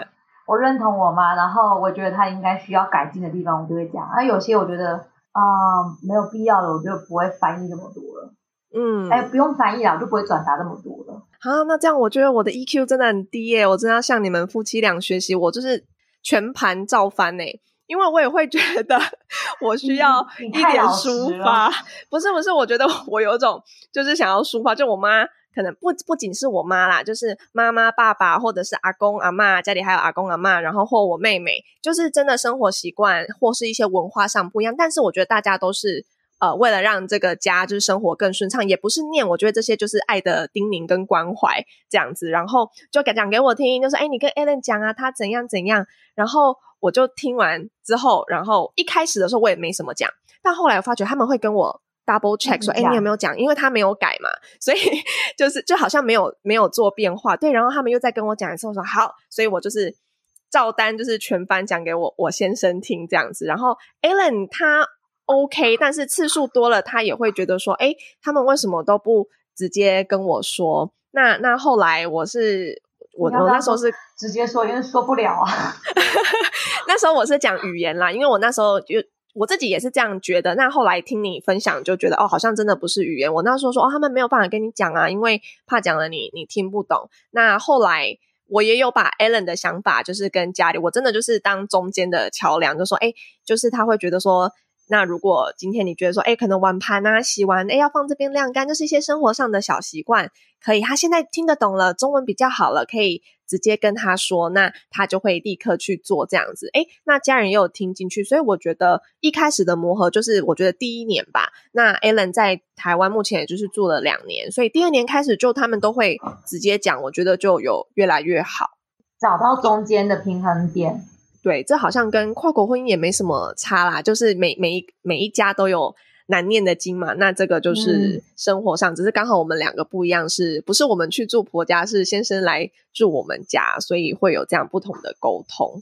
我认同我妈，然后我觉得她应该需要改进的地方，我就会讲。有些我觉得没有必要的，我就不会翻译这么多了。不用翻译啦，我就不会转达这么多了。 那这样我觉得我的 EQ 真的很低耶，我真的要向你们夫妻俩学习，我就是全盘照翻耶。因为我也会觉得我需要一点抒发，不是，我觉得我有种就是想要抒发，就我妈可能不仅是我妈啦，就是妈妈、爸爸或者是阿公阿嬷，家里还有阿公阿嬷，然后或我妹妹，就是真的生活习惯或是一些文化上不一样，但是我觉得大家都是为了让这个家就是生活更顺畅，也不是念，我觉得这些就是爱的叮咛跟关怀这样子，然后就讲给我听，就说你跟 Ellen 讲啊，他怎样怎样，然后我就听完之后，然后一开始的时候我也没什么讲，但后来我发觉他们会跟我 double check 说你有没有讲，因为他没有改嘛，所以就好像没有做变化，对，然后他们又再跟我讲一次，我说好，所以我就是照单就是全班讲给我先生听这样子，然后 Ellen 他 OK， 但是次数多了他也会觉得说他们为什么都不直接跟我说，那后来我那时候是直接说，因为说不了啊那时候我是讲语言啦，因为我那时候我自己也是这样觉得，那后来听你分享就觉得好像真的不是语言，我那时候说他们没有办法跟你讲啊，因为怕讲了你听不懂，那后来我也有把 Ellen 的想法就是跟家里，我真的就是当中间的桥梁，就说就是他会觉得说，那如果今天你觉得说可能碗盘啊洗完要放这边晾干，就是一些生活上的小习惯，可以他现在听得懂了，中文比较好了，可以直接跟他说，那他就会立刻去做这样子。那家人也有听进去，所以我觉得一开始的磨合就是我觉得第1年吧，那 Ellen 在台湾目前也就是住了2年，所以第2年开始就他们都会直接讲，我觉得就有越来越好， 找到中间的平衡点。 对，这好像跟跨国婚姻也没什么差啦，就是每一家都有难念的经嘛，那这个就是生活上只是刚好我们2个不一样，是不是我们去住婆家，是先生来住我们家，所以会有这样不同的沟通。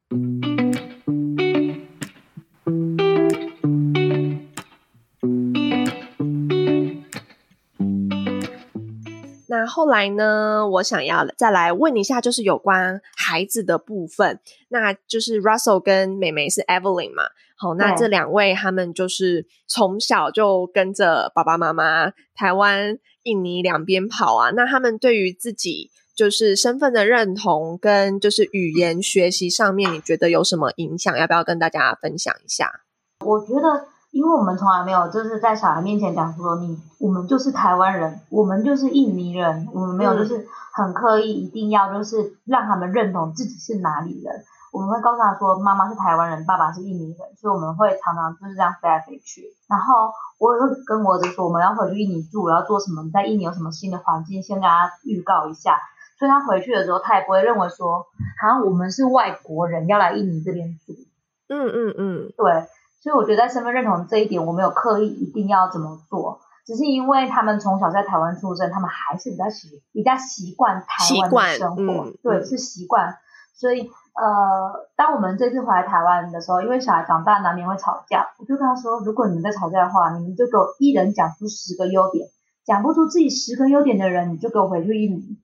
那后来呢，我想要再来问一下就是有关孩子的部分，那就是 Russell 跟妹妹是 Evelyn 嘛，好，那这2位他们就是从小就跟着爸爸妈妈台湾印尼两边跑啊，那他们对于自己就是身份的认同跟就是语言学习上面你觉得有什么影响，要不要跟大家分享一下？ 我觉得因为我们从来没有就是在小孩面前讲说我们就是台湾人，我们就是印尼人，我们没有就是很刻意一定要就是让他们认同自己是哪里人，我们会告诉他说妈妈是台湾人，爸爸是印尼人，所以我们会常常就是这样飞来飞去。然后我也会跟我儿子说我们要回去印尼住，要做什么，在印尼有什么新的环境先跟他预告一下，所以他回去的时候他也不会认为说好像我们是外国人要来印尼这边住。对，所以我觉得在身份认同这一点我没有刻意一定要怎么做，只是因为他们从小在台湾出生，他们还是比较习惯台湾的生活，对，是习惯。所以当我们这次回来台湾的时候，因为小孩长大难免会吵架，我就跟他说如果你们在吵架的话，你们就给我一人讲出10个优点，讲不出自己10个优点的人你就给我回去印尼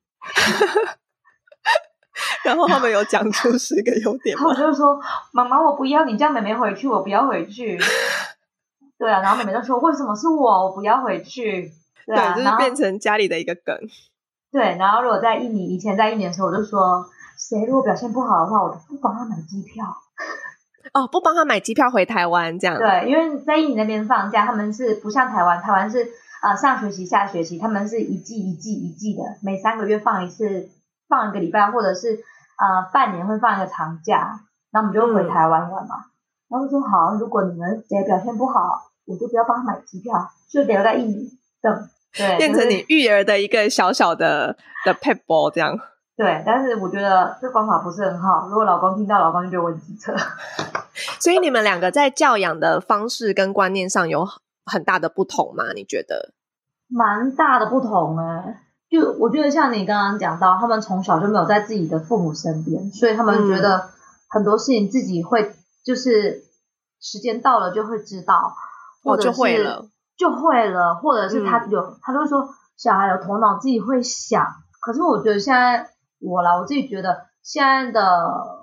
然后他们有讲出10个优点吗？ 我就说妈妈我不要你叫妹妹回去，我不要回去对啊，然后妹妹就说为什么是我不要回去，对啊， 对，就是变成家里的一个梗。 对，然后如果在印尼，以前在印尼的时候我就说谁如果表现不好的话我就不帮他买机票不帮他买机票回台湾这样。 对，因为在印尼那边放假他们是不像台湾是上学期下学期，他们是一季的，每3个月放一次，放1个礼拜，或者是半年会放1个长假，然后我们就会回台湾玩嘛。然后就说好，如果你们谁表现不好我就不要帮他买机票，就留在印尼等。对， 变成你育儿的一个小小的 pet ball 这样。 对，但是我觉得这方法不是很好，如果老公听到，老公就觉得我很机车所以你们2个在教养的方式跟观念上有很大的不同吗？你觉得？ 蛮大的不同就我觉得像你刚刚讲到，他们从小就没有在自己的父母身边，所以他们觉得很多事情自己会就是时间到了就会知道，或者是就会了，或者是他就会说小孩有头脑自己会想。可是我觉得现在我自己觉得现在的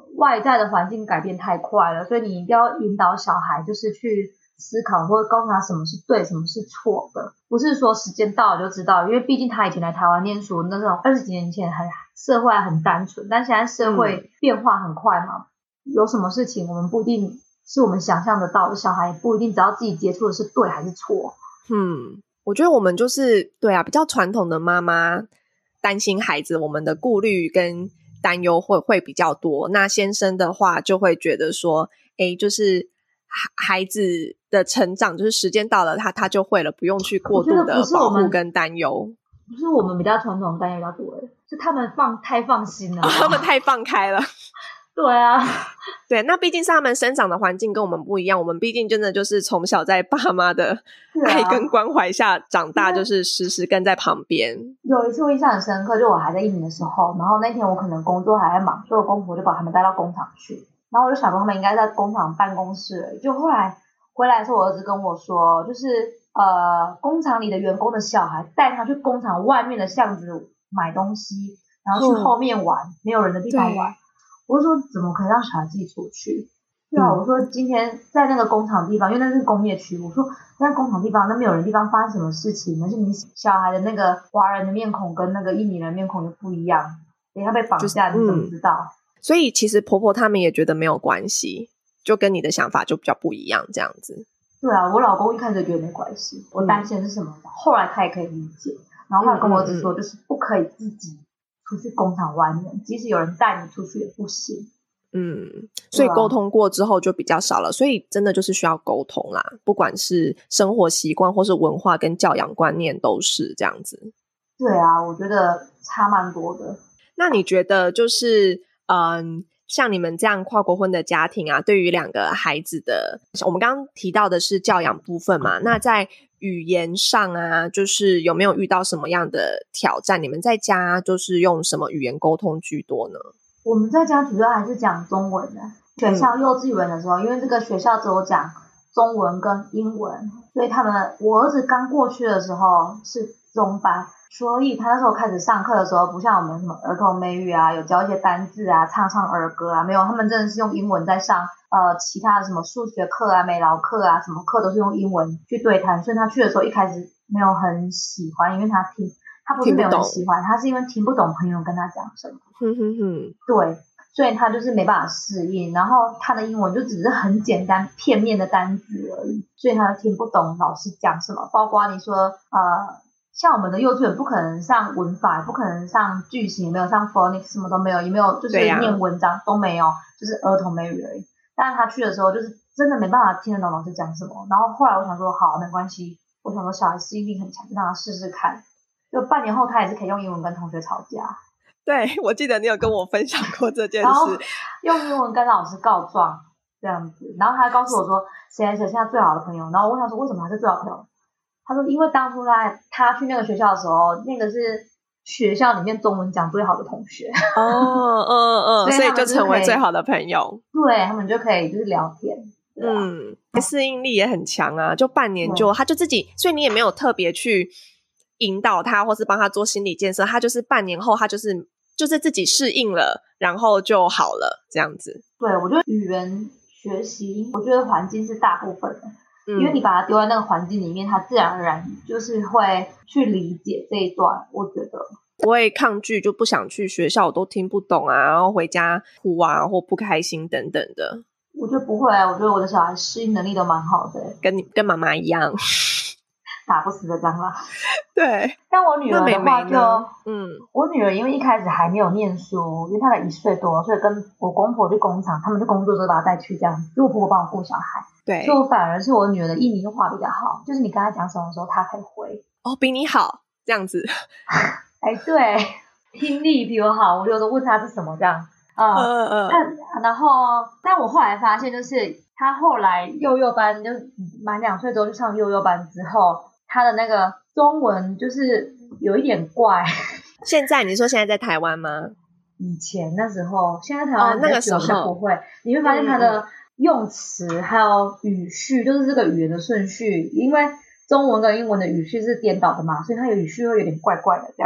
外在的环境改变太快了，所以你一定要引导小孩就是去思考或者告诉他什么是对什么是错的，不是说时间到了就知道，因为毕竟他以前来台湾念书那种20几年前社会还很单纯，但现在社会变化很快嘛，有什么事情我们不一定是我们想象得到的，小孩不一定知道自己接触的是对还是错。 我觉得我们就是对啊，比较传统的妈妈担心孩子，我们的顾虑跟担忧会比较多。那先生的话就会觉得说就是孩子的成长就是时间到了他就会了，不用去过度的保护跟担忧。 不是我们比较传统担忧比较多，是他们太放心了他们太放开了对啊， 对，那毕竟是他们生长的环境跟我们不一样，我们毕竟真的就是从小在爸妈的爱跟关怀下长大，就是时时跟在旁边。 有一次我印象很深刻，就我还在印尼的时候，然后那天我可能工作还在忙，所以我公婆就把他们带到工厂去，然后我就想说他们应该在工厂办公室而已，就后来回来的时候我儿子跟我说，就是工厂里的员工的小孩带他去工厂外面的巷子买东西，然后去后面玩，没有人的地方玩。我说怎么可以让小孩自己出去？对啊，我说今天在那个工厂地方，因为那是工业区，我说在工厂地方那没有人地方发生什么事情，而且你小孩的那个华人的面孔跟那个印尼人的面孔就不一样，等一下被绑架你怎么知道？ 所以其实婆婆他们也觉得没有关系，就跟你的想法就比较不一样这样子。 对啊，我老公一开始觉得没关系，我担心的是什么？后来他也可以理解，然后后来跟我儿子说，就是不可以自己出去工厂外面，即使有人带你出去也不行。 所以沟通过之后就比较少了，所以真的就是需要沟通啦，不管是生活习惯或是文化跟教养观念都是这样子。 对啊，我觉得差蛮多的。 那你觉得就是像你们这样跨国婚的家庭啊，对于2个孩子的，我们刚刚提到的是教养部分嘛，那在语言上啊，就是有没有遇到什么样的挑战？你们在家就是用什么语言沟通居多呢？ 我们在家主要还是讲中文的，学校幼稚园的时候，因为这个学校只有讲中文跟英文，所以我儿子刚过去的时候是中班，所以他那时候开始上课的时候，不像我们什么儿童美语啊，有教一些单字啊，唱儿歌啊，没有，他们真的是用英文在上其他的什么数学课啊、美劳课啊，什么课都是用英文去对谈，所以他去的时候一开始没有很喜欢，因为他不是没有很喜欢，他是因为听不懂朋友跟他讲什么。对，所以他就是没办法适应，然后他的英文就只是很简单片面的单字而已，所以他听不懂老师讲什么，包括你说像我们的幼稚园不可能上文法，不可能上句型，也没有上 phonics， 什么都没有，也没有就是念文章都没有，就是儿童美语而已。但是他去的时候就是真的没办法听得懂老师讲什么，然后后来我想说好没关系，我想说小孩适应力很强，就让他试试看，就半年后他也是可以用英文跟同学吵架。 对，我记得你有跟我分享过这件事， 然后用英文跟老师告状这样子，然后他还告诉我说谁谁谁现在最好的朋友，然后我问他说为什么他是最好的朋友，他说因为当初他去那个学校的时候，那个是学校里面中文讲最好的同学所以就成为最好的朋友， 对，他们就可以就是聊天。 适应力也很强啊，就半年他就自己，所以你也没有特别去引导他或是帮他做心理建设，他就是半年后他就是自己适应了，然后就好了这样子。 对，我觉得语言学习我觉得环境是大部分的，因为你把它丢在那个环境里面，他自然而然就是会去理解这一段，我觉得不会抗拒，就不想去学校，我都听不懂啊，然后回家哭啊或不开心等等的。 我觉得不会啊，我觉得我的小孩适应能力都蛮好的，跟妈妈一样打不死的蟑螂。 对， 但我女儿的话就我女儿因为一开始还没有念书，因为她才1岁多，所以跟我公婆去工厂，他们去工作的时候把她带去这样，就我婆婆帮我顾小孩。 对， 所以我反而是我女儿的印尼话比较好，就是你跟她讲什么的时候她可以回比你好这样子对，听力比我好，我有时候问她是什么这样然后但我后来发现就是她后来幼班就满2岁之后去上幼班之后，她的那个中文就是有一点怪你说现在在台湾吗？ 以前那时候，现在台湾那个时候不会，你会发现她的用词还有语序就是这个语言的顺序，因为中文跟英文的语序是颠倒的嘛，所以它有语序会有点怪怪的这样。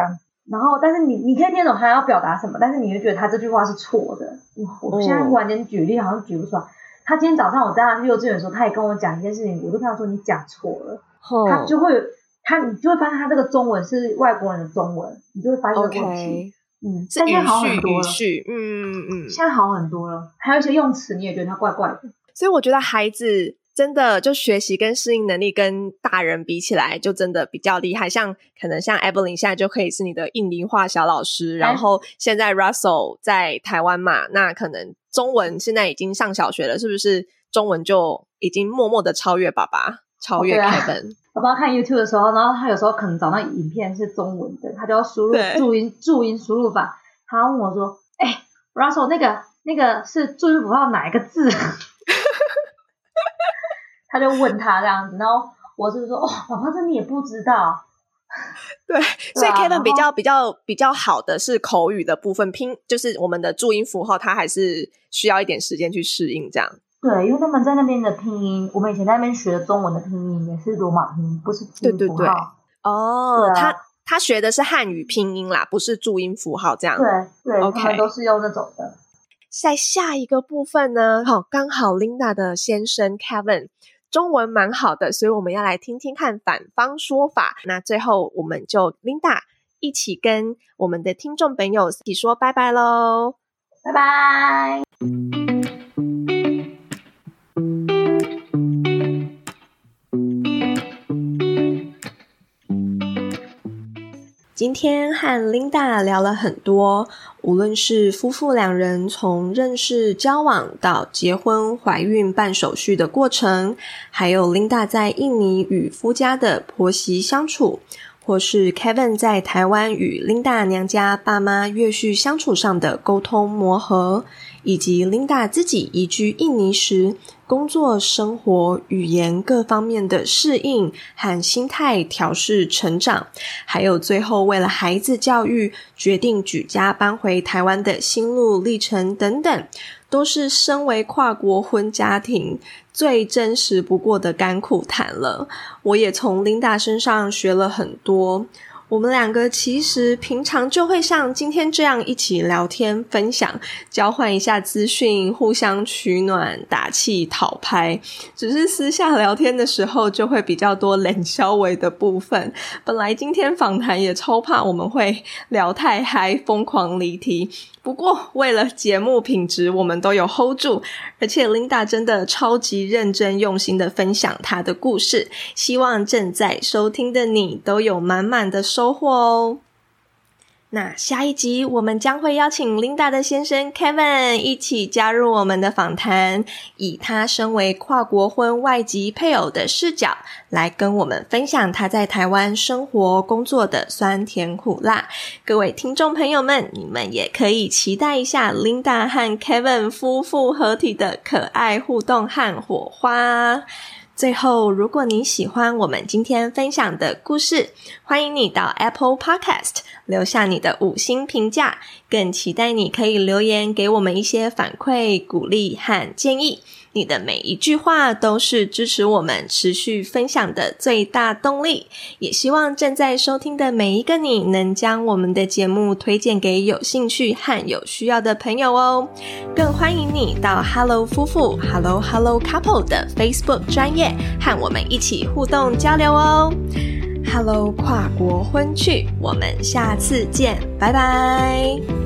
然后但是你可以听懂他要表达什么，但是你就觉得他这句话是错的。我现在完全举例好像举不出来。他今天早上我在他幼稚园的时候，他也跟我讲一件事情，我就跟他说你讲错了，他就会你就会发现他这个中文是外国人的中文，你就会发现这个问题。 是语序， 现在好很多了，还有一些用词你也觉得他怪怪的。 所以我觉得孩子真的就学习跟适应能力跟大人比起来就真的比较厉害，可能像 Evelyn 现在就可以是你的印尼话小老师，然后现在 Russell 在台湾嘛，那可能中文现在已经上小学了，是不是中文就已经默默的超越爸爸，超越 Kevin？ 爸爸看 YouTube 的时候，然后他有时候可能找到影片是中文的，他就要输入注音输入法，他问我说Russell 那个是注音符号哪一个字？他就问他这样子，然后我就说爸爸这你也不知道。 对，所以 Kevin 比较好的是口语的部分，就是我们的注音符号他还是需要一点时间去适应这样。 对，因为他们在那边的拼音，我们以前在那边学的中文的拼音也是罗马拼音，不是注音符号。 他学的是汉语拼音啦，不是注音符号这样。 对，他们都是用那种的。 在下一个部分呢，刚好 Linda 的先生 Kevin 中文蛮好的，所以我们要来听听看反方说法。那最后我们就 Linda 一起跟我们的听众朋友一起说拜拜咯。 拜拜。 今天和 Linda 聊了很多，无论是夫妇两人从认识、交往到结婚、怀孕、办手续的过程，还有 Linda 在印尼与夫家的婆媳相处，或是 Kevin 在台湾与 Linda 娘家爸妈岳婿相处上的沟通磨合，以及 Linda 自己移居印尼时工作、生活、语言各方面的适应和心态调试成长，还有最后为了孩子教育决定举家搬回台湾的心路历程等等，都是身为跨国婚家庭最真实不过的甘苦谈了。我也从 Linda 身上学了很多。我们两个其实平常就会像今天这样一起聊天分享，交换一下资讯，互相取暖打气讨拍，只是私下聊天的时候就会比较多冷笑话的部分。本来今天访谈也超怕我们会聊太嗨疯狂离题，不过为了节目品质我们都有 hold 住，而且 Linda 真的超级认真用心的分享她的故事，希望正在收听的你都有满满的收获哦。那下一集我们将会邀请 Linda 的先生 Kevin 一起加入我们的访谈，以他身为跨国婚外籍配偶的视角来跟我们分享他在台湾生活工作的酸甜苦辣。各位听众朋友们，你们也可以期待一下 Linda 和 Kevin 夫妇合体的可爱互动和火花。最后，如果你喜欢我们今天分享的故事，欢迎你到 Apple Podcast 留下你的5星评价，更期待你可以留言给我们一些反馈、鼓励和建议。你的每一句话都是支持我们持续分享的最大动力，也希望正在收听的每一个你能将我们的节目推荐给有兴趣和有需要的朋友哦。更欢迎你到 Hello 夫妇 Hello Couple 的 Facebook 专页和我们一起互动交流哦。Hello 跨国婚趣，我们下次见，拜拜。